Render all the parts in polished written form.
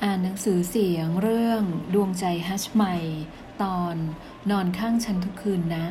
อ่านหนังสือเสียงเรื่องดวงใจฮัชไมตอนนอนข้างฉันทุกคืนนะ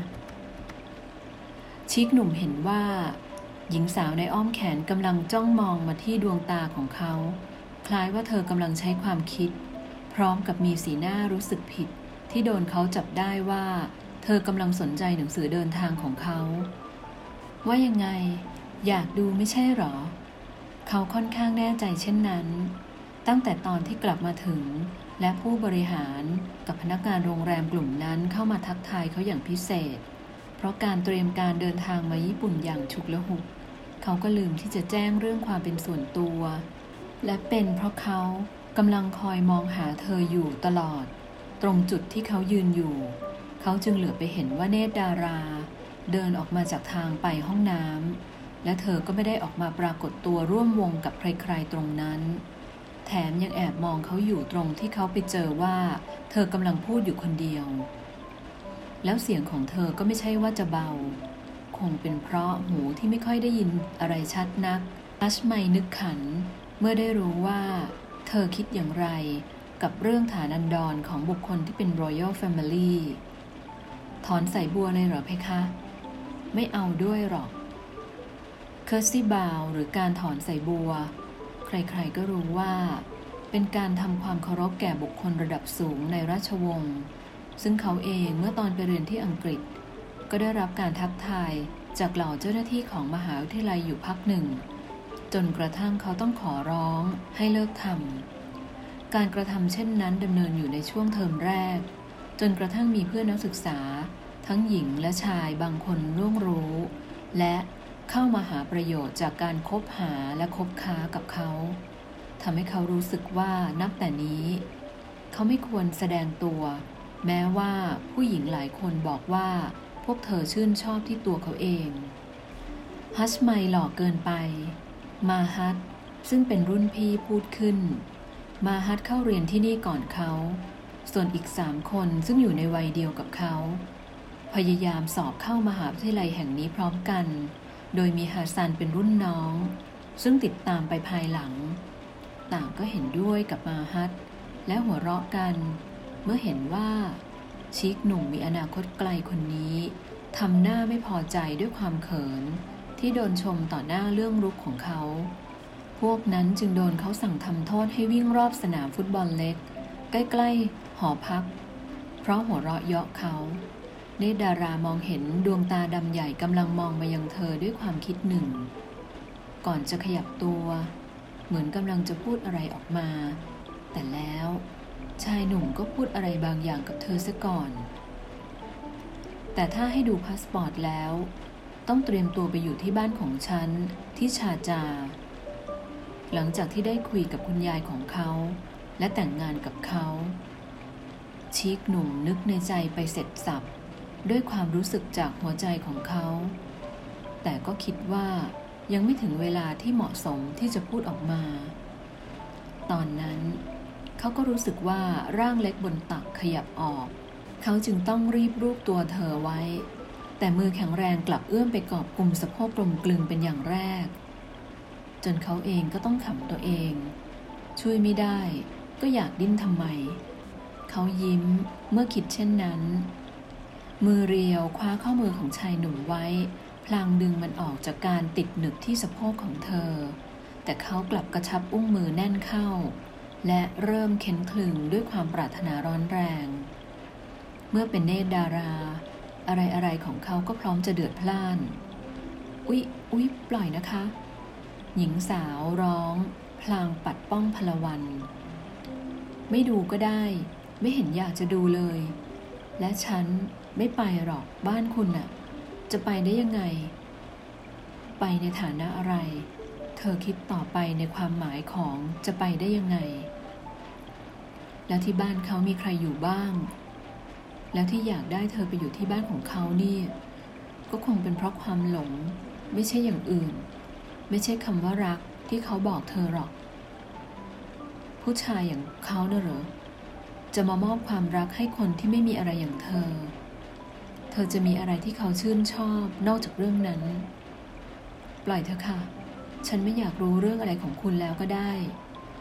ชิคหนุ่มเห็นว่าหญิงสาวในอ้อมแขนกำลังจ้องมองมาที่ดวงตาของเขาคล้ายว่าเธอกำลังใช้ความคิดพร้อมกับมีสีหน้ารู้สึกผิดที่โดนเขาจับได้ว่าเธอกำลังสนใจหนังสือเดินทางของเขาว่ายังไงอยากดูไม่ใช่หรอเขาค่อนข้างแน่ใจเช่นนั้นตั้งแต่ตอนที่กลับมาถึงและผู้บริหารกับพนักงานโรงแรมกลุ่มนั้นเข้ามาทักทายเขาอย่างพิเศษเพราะการเตรียมการเดินทางมาญี่ปุ่นอย่างฉุกละหุกเขาก็ลืมที่จะแจ้งเรื่องความเป็นส่วนตัวและเป็นเพราะเขากำลังคอยมองหาเธออยู่ตลอดตรงจุดที่เขายืนอยู่เขาจึงเหลือบไปเห็นว่าเนตรดาราเดินออกมาจากทางไปห้องน้ำและเธอก็ไม่ได้ออกมาปรากฏตัวร่วมวงกับใครๆตรงนั้นแถมยังแอบมองเขาอยู่ตรงที่เขาไปเจอว่าเธอกำลังพูดอยู่คนเดียวแล้วเสียงของเธอก็ไม่ใช่ว่าจะเบาคงเป็นเพราะหูที่ไม่ค่อยได้ยินอะไรชัดนักอัชไมนึกขันเมื่อได้รู้ว่าเธอคิดอย่างไรกับเรื่องฐานันดรของบุคคลที่เป็น Royal Family ถอนสายบัวเลยเหรอเพคะไม่เอาด้วยหรอกเคอร์ซี่บาวหรือการถอนสายบัวใครๆก็รู้ว่าเป็นการทำความเคารพแก่บุคคลระดับสูงในราชวงศ์ซึ่งเขาเองเมื่อตอนไปเรียนที่อังกฤษก็ได้รับการทักทายจากเหล่าเจ้าหน้าที่ของมหาวิทยาลัยอยู่พักหนึ่งจนกระทั่งเขาต้องขอร้องให้เลิกทำการกระทำเช่นนั้นดำเนินอยู่ในช่วงเทอมแรกจนกระทั่งมีเพื่อนนักศึกษาทั้งหญิงและชายบางคนร่วงรู้และเข้ามาหาประโยชน์จากการคบหาและคบค้ากับเขาทำให้เขารู้สึกว่านับแต่นี้เขาไม่ควรแสดงตัวแม้ว่าผู้หญิงหลายคนบอกว่าพวกเธอชื่นชอบที่ตัวเขาเองฮัชไมหล่อเกินไปมาฮัตซึ่งเป็นรุ่นพี่พูดขึ้นมาฮัตเข้าเรียนที่นี่ก่อนเขาส่วนอีก3 คนซึ่งอยู่ในวัยเดียวกับเขาพยายามสอบเข้ามหาวิทยาลัยแห่งนี้พร้อมกันโดยมีฮาซันเป็นรุ่นน้องซึ่งติดตามไปภายหลังต่างก็เห็นด้วยกับมาฮัตและหัวเราะกันเมื่อเห็นว่าชิคหนุ่มมีอนาคตไกลคนนี้ทำหน้าไม่พอใจด้วยความเขินที่โดนชมต่อหน้าเรื่องรุกของเขาพวกนั้นจึงโดนเขาสั่งทำโทษให้วิ่งรอบสนามฟุตบอลเล็กใกล้ๆหอพักเพราะหัวเราะเยาะเขาเนตรดารามองเห็นดวงตาดำใหญ่กำลังมองมายังเธอด้วยความคิดหนึ่งก่อนจะขยับตัวเหมือนกำลังจะพูดอะไรออกมาแต่แล้วชายหนุ่มก็พูดอะไรบางอย่างกับเธอซะก่อนแต่ถ้าให้ดูพาสปอร์ตแล้วต้องเตรียมตัวไปอยู่ที่บ้านของฉันที่ชาจาหลังจากที่ได้คุยกับคุณยายของเขาและแต่งงานกับเขาชิคหนุ่มนึกในใจไปเสร็จสับด้วยความรู้สึกจากหัวใจของเขาแต่ก็คิดว่ายังไม่ถึงเวลาที่เหมาะสมที่จะพูดออกมาตอนนั้นเขาก็รู้สึกว่าร่างเล็กบนตักขยับออกเขาจึงต้องรีบรูปตัวเธอไว้แต่มือแข็งแรงกลับเอื้อมไปกอบกุมสะโพกกลมกลึงเป็นอย่างแรกจนเขาเองก็ต้องขำตัวเองช่วยไม่ได้ก็อยากดิ้นทำไมเขายิ้มเมื่อคิดเช่นนั้นมือเรียวคว้าข้อมือของชายหนุ่มไว้พลางดึงมันออกจากการติดหนึบที่สะโพกของเธอแต่เขากลับกระชับอุ้งมือแน่นเข้าและเริ่มเค้นคลึงด้วยความปรารถนาร้อนแรงเมื่อเป็นเนตรดาราอะไรๆของเขาก็พร้อมจะเดือดพล่านอุ๊ยปล่อยนะคะหญิงสาวร้องพลางปัดป้องพลวันไม่ดูก็ได้ไม่เห็นอยากจะดูเลยและฉันไม่ไปหรอกบ้านคุณน่ะจะไปได้ยังไงไปในฐานะอะไรเธอคิดต่อไปในความหมายของจะไปได้ยังไงแล้วที่บ้านเขามีใครอยู่บ้างแล้วที่อยากได้เธอไปอยู่ที่บ้านของเขานี่ก็คงเป็นเพราะความหลงไม่ใช่อย่างอื่นไม่ใช่คำว่ารักที่เขาบอกเธอหรอกผู้ชายอย่างเขาน่ะเหรอจะมามอบความรักให้คนที่ไม่มีอะไรอย่างเธอจะมีอะไรที่เขาชื่นชอบนอกจากเรื่องนั้นปล่อยเธอค่ะฉันไม่อยากรู้เรื่องอะไรของคุณแล้วก็ได้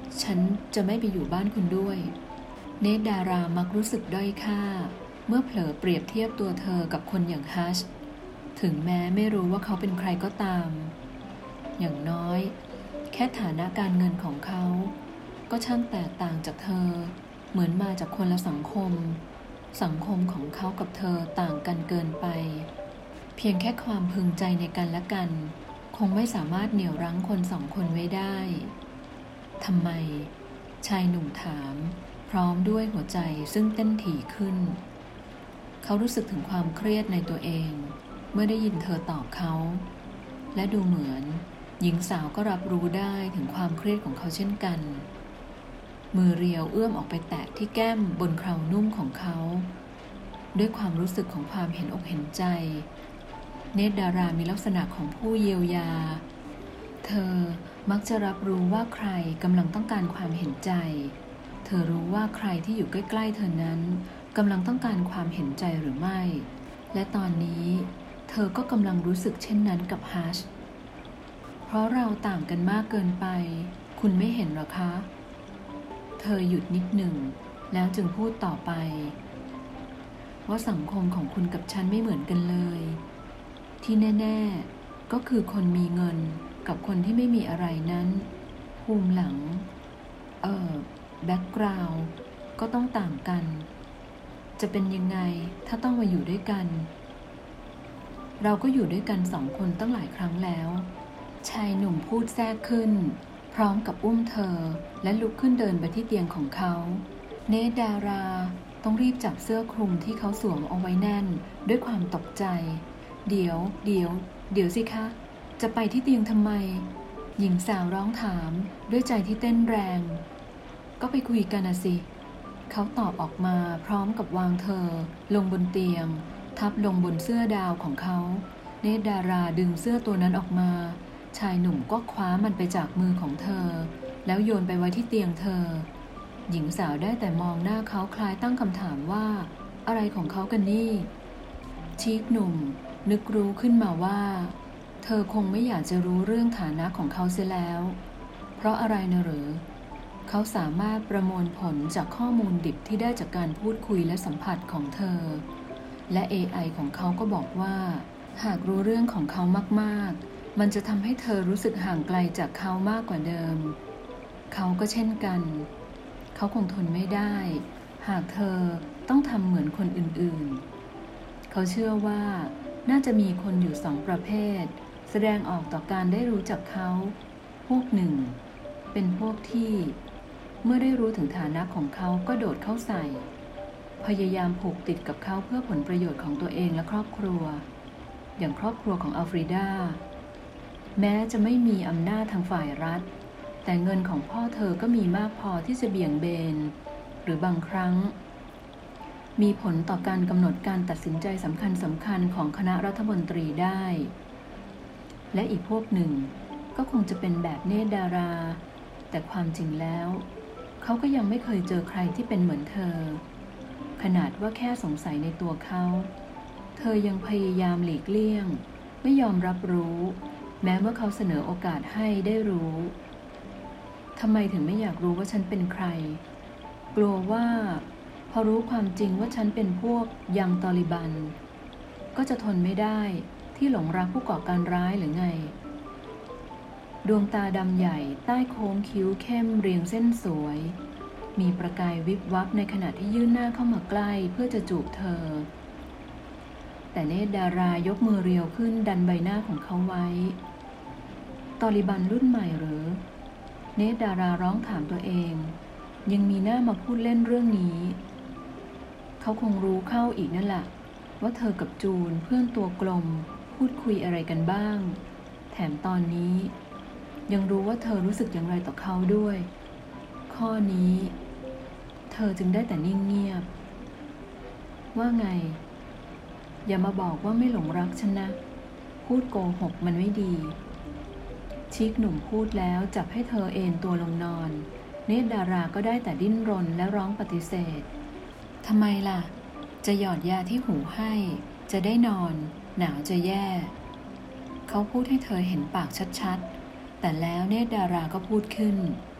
ฉันจะไม่ไปอยู่บ้านคุณด้วยเนตดารามักรู้สึกด้อยค่าเมื่อเผลอเปรียบเทียบตัวเธอกับคนอย่างฮัชถึงแม้ไม่รู้ว่าเขาเป็นใครก็ตามอย่างน้อยแค่ฐานะการเงินของเขาก็ช่างแตกต่างจากเธอเหมือนมาจากคนละสังคมของเขากับเธอต่างกันเกินไปเพียงแค่ความพึงใจในกันและกันคงไม่สามารถเหนี่ยวรั้งคนสองคนไว้ได้ทำไมชายหนุ่มถามพร้อมด้วยหัวใจซึ่งเต้นถี่ขึ้นเขารู้สึกถึงความเครียดในตัวเองเมื่อได้ยินเธอตอบเขาและดูเหมือนหญิงสาวก็รับรู้ได้ถึงความเครียดของเขาเช่นกันมือเรียวเอื้อมออกไปแตะที่แก้มบนเครานุ่มของเขาด้วยความรู้สึกของความเห็นอกเห็นใจเนตรดารามีลักษณะของผู้เยียวยาเธอมักจะรับรู้ว่าใครกำลังต้องการความเห็นใจเธอรู้ว่าใครที่อยู่ใกล้ๆเธอนั้นกำลังต้องการความเห็นใจหรือไม่และตอนนี้เธอก็กำลังรู้สึกเช่นนั้นกับฮัชเพราะเราต่างกันมากเกินไปคุณไม่เห็นหรอคะเธอหยุดนิดหนึ่งแล้วจึงพูดต่อไปว่าสังคมของคุณกับฉันไม่เหมือนกันเลยที่แน่ๆก็คือคนมีเงินกับคนที่ไม่มีอะไรนั้นภูมิหลังแบ็คกราวด์ก็ต้องต่างกันจะเป็นยังไงถ้าต้องมาอยู่ด้วยกันเราก็อยู่ด้วยกัน2 คนตั้งหลายครั้งแล้วชายหนุ่มพูดแทรกขึ้นพร้อมกับอุ้มเธอและลุกขึ้นเดินไปที่เตียงของเขาเนตรดาราต้องรีบจับเสื้อคลุมที่เขาสวมเอาไว้แน่นด้วยความตกใจเดี๋ยวสิคะจะไปที่เตียงทำไมหญิงสาวร้องถามด้วยใจที่เต้นแรงก็ไปคุยกันนะสิเขาตอบออกมาพร้อมกับวางเธอลงบนเตียงทับลงบนเสื้อดาวของเขาเนตรดาราดึงเสื้อตัวนั้นออกมาชายหนุ่มก็คว้ามันไปจากมือของเธอแล้วโยนไปไว้ที่เตียงเธอหญิงสาวได้แต่มองหน้าเขาคล้ายตั้งคำถามว่าอะไรของเขากันนี่ชีคหนุ่มนึกรู้ขึ้นมาว่าเธอคงไม่อยากจะรู้เรื่องฐานะของเขาเสียแล้วเพราะอะไรนะหรือเขาสามารถประมวลผลจากข้อมูลดิบที่ได้จากการพูดคุยและสัมผัสของเธอและ AI ของเขาก็บอกว่าหากรู้เรื่องของเขามากๆมันจะทำให้เธอรู้สึกห่างไกลจากเขามากกว่าเดิมเขาก็เช่นกันเขาคงทนไม่ได้หากเธอต้องทำเหมือนคนอื่นๆเขาเชื่อว่าน่าจะมีคนอยู่2 ประเภทแสดงออกต่อการได้รู้จักเขาพวกหนึ่งเป็นพวกที่เมื่อได้รู้ถึงฐานะของเขาก็โดดเข้าใส่พยายามผูกติดกับเขาเพื่อผลประโยชน์ของตัวเองและครอบครัวอย่างครอบครัวของอัลฟรีดาแม้จะไม่มีอำนาจทางฝ่ายรัฐแต่เงินของพ่อเธอก็มีมากพอที่จะเบี่ยงเบนหรือบางครั้งมีผลต่อการกำหนดการตัดสินใจสำคัญของคณะรัฐมนตรีได้และอีกพวกหนึ่งก็คงจะเป็นแบบเนตรดาราแต่ความจริงแล้วเขาก็ยังไม่เคยเจอใครที่เป็นเหมือนเธอขนาดว่าแค่สงสัยในตัวเขาเธอยังพยายามหลีกเลี่ยงไม่ยอมรับรู้แม้เมื่อเขาเสนอโอกาสให้ได้รู้ทำไมถึงไม่อยากรู้ว่าฉันเป็นใครกลัวว่าพอรู้ความจริงว่าฉันเป็นพวกยังตอลิบันก็จะทนไม่ได้ที่หลงรักผู้ก่อการร้ายหรือไงดวงตาดำใหญ่ใต้โค้งคิ้วเข้มเรียงเส้นสวยมีประกายวิบวับในขณะที่ยื่นหน้าเข้ามาใกล้เพื่อจะจูบเธอแต่เนตรดารายกมือเรียวขึ้นดันใบหน้าของเขาไว้ตอลิบันรุ่นใหม่หรือเนตรดาราร้องถามตัวเองยังมีหน้ามาพูดเล่นเรื่องนี้เขาคงรู้เข้าอีกนั่นแหละว่าเธอกับจูนเพื่อนตัวกลมพูดคุยอะไรกันบ้างแถมตอนนี้ยังรู้ว่าเธอรู้สึกอย่างไรต่อเขาด้วยข้อนี้เธอจึงได้แต่นิ่งเงียบว่าไงอย่ามาบอกว่าไม่หลงรักฉันนะพูดโกหกมันไม่ดีชิคหนุ่มพูดแล้วจับให้เธอเอนตัวลงนอนเนตรดาราก็ได้แต่ดิ้นรนและร้องปฏิเสธทำไมล่ะจะหยอดยาที่หูให้จะได้นอนหนาวจะแย่เขาพูดให้เธอเห็นปากชัดๆแต่แล้วเนตรดาราก็พูดขึ้น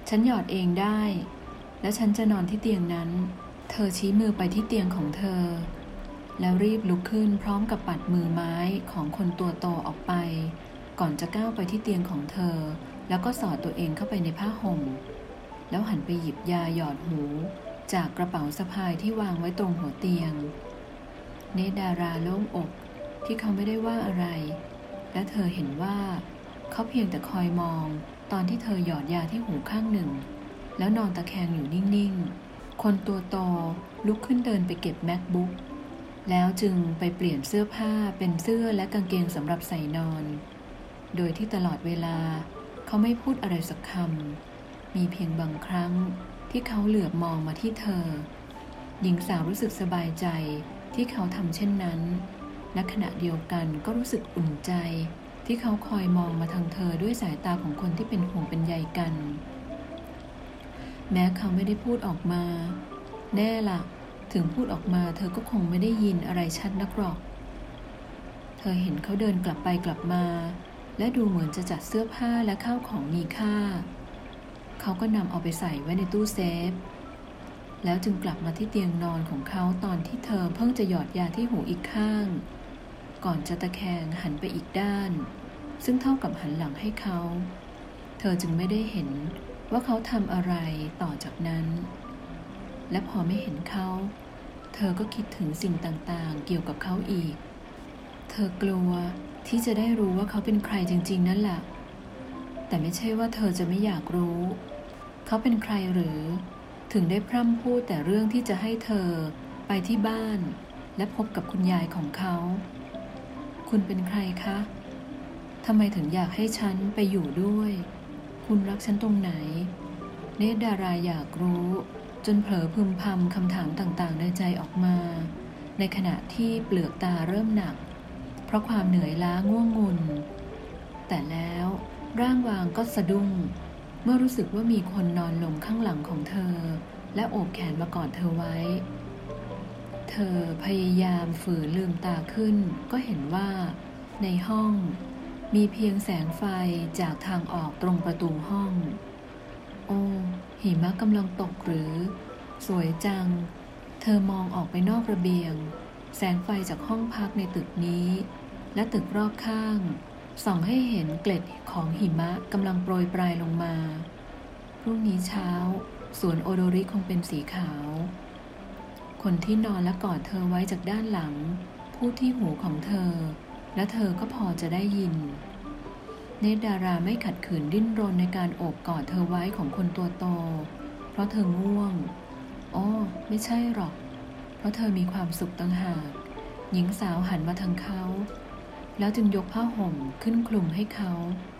ฉันหยอดเองได้ และฉันจะนอนที่เตียงนั้นเธอชี้มือไปที่เตียงของเธอแล้วรีบลุกขึ้นพร้อมกับปัดมือไม้ของคนตัวโตออกไปก่อนจะก้าวไปที่เตียงของเธอแล้วก็สอดตัวเองเข้าไปในผ้าห่มแล้วหันไปหยิบยาหยอดหูจากกระเป๋าสะพายที่วางไว้ตรงหัวเตียงเนตรดาราโล่งอกที่เขาไม่ได้ว่าอะไรและเธอเห็นว่าเขาเพียงแต่คอยมองตอนที่เธอหยอดยาที่หูข้างหนึ่งแล้วนอนตะแคงอยู่นิ่งๆคนตัวโตลุกขึ้นเดินไปเก็บ MacBook แล้วจึงไปเปลี่ยนเสื้อผ้าเป็นเสื้อและกางเกงสำหรับใส่นอนโดยที่ตลอดเวลาเขาไม่พูดอะไรสักคำมีเพียงบางครั้งที่เขาเหลือบมองมาที่เธอหญิงสาวรู้สึกสบายใจที่เขาทำเช่นนั้นและขณะเดียวกันก็รู้สึกอุ่นใจที่เขาคอยมองมาทางเธอด้วยสายตาของคนที่เป็นห่วงเป็นใยกันแม้เขาไม่ได้พูดออกมาแน่ล่ะถึงพูดออกมาเธอก็คงไม่ได้ยินอะไรชัดนักหรอกเธอเห็นเขาเดินกลับไปกลับมาและดูเหมือนจะจัดเสื้อผ้าและข้าวของมีค่าเขาก็นำเอาไปใส่ไว้ในตู้เซฟแล้วจึงกลับมาที่เตียงนอนของเขาตอนที่เธอเพิ่งจะหยอดยาที่หูอีกข้างก่อนจะตะแคงหันไปอีกด้านซึ่งเท่ากับหันหลังให้เขาเธอจึงไม่ได้เห็นว่าเขาทำอะไรต่อจากนั้นและพอไม่เห็นเขาเธอก็คิดถึงสิ่งต่างๆเกี่ยวกับเขาอีกเธอกลัวที่จะได้รู้ว่าเขาเป็นใครจริงๆนั่นแหละแต่ไม่ใช่ว่าเธอจะไม่อยากรู้เขาเป็นใครหรือถึงได้พร่ำพูดแต่เรื่องที่จะให้เธอไปที่บ้านและพบกับคุณยายของเขาคุณเป็นใครคะทำไมถึงอยากให้ฉันไปอยู่ด้วยคุณรักฉันตรงไหนเนตรดาราอยากรู้จนเผลอพึมพำคำถามต่างๆในใจออกมาในขณะที่เปลือกตาเริ่มหนักเพราะความเหนื่อยล้าง่วงงุนแต่แล้วร่างวางก็สะดุ้งเมื่อรู้สึกว่ามีคนนอนลงข้างหลังของเธอและโอบแขนมากอดเธอไว้เธอพยายามฝืนลืมตาขึ้นก็เห็นว่าในห้องมีเพียงแสงไฟจากทางออกตรงประตูห้องโอ้หิมะกำลังตกหรือสวยจังเธอมองออกไปนอกระเบียงแสงไฟจากห้องพักในตึกนี้และตึกรอบข้างส่องให้เห็นเกล็ดของหิมะกำลังโปรยปลายลงมาพรุ่งนี้เช้าสวนโอโดริคงเป็นสีขาวคนที่นอนและกอดเธอไว้จากด้านหลังพูดที่หูของเธอและเธอก็พอจะได้ยินเนตรดาราไม่ขัดขืนดิ้นรนในการโอบกอดเธอไว้ของคนตัวโตเพราะเธอง่วงอ๋อไม่ใช่หรอกเพราะเธอมีความสุขต่างหากหญิงสาวหันมาทางเขาแล้วจึงยกผ้าห่มขึ้นคลุมให้เขา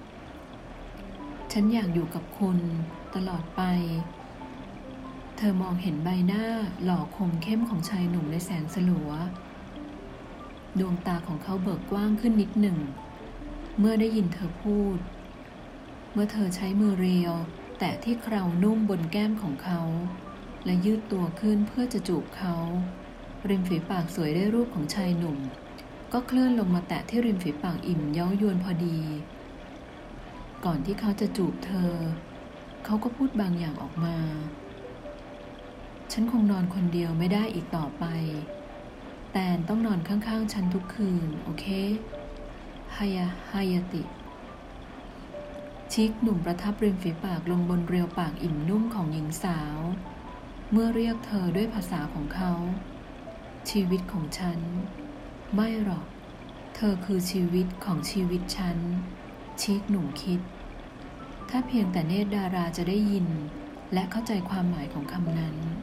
ฉันอยากอยู่กับคุณตลอดไปเธอมองเห็นใบหน้าหล่อคมเข้มของชายหนุ่มในแสงสลัวดวงตาของเขาเบิกกว้างขึ้นนิดหนึ่งเมื่อได้ยินเธอพูดเมื่อเธอใช้มือเรียวแตะที่เครานุ่มบนแก้มของเขาและยืดตัวขึ้นเพื่อจะจูบเขาริมฝีปากสวยได้รูปของชายหนุ่มก็เคลื่อนลงมาแตะที่ริมฝีปากอิ่มเย้ายวนพอดีก่อนที่เขาจะจูบเธอเขาก็พูดบางอย่างออกมาฉันคงนอนคนเดียวไม่ได้อีกต่อไปแตนต้องนอนข้างๆฉันทุกคืนโอเคฮายาติชิคหนุ่มประทับริมฝีปากลงบนเรียวปากอิ่มนุ่มของหญิงสาวเมื่อเรียกเธอด้วยภาษาของเขาชีวิตของฉันไม่หรอกเธอคือชีวิตของชีวิตฉันชิคหนุ่มคิดถ้าเพียงแต่เนตรดาราจะได้ยินและเข้าใจความหมายของคำนั้น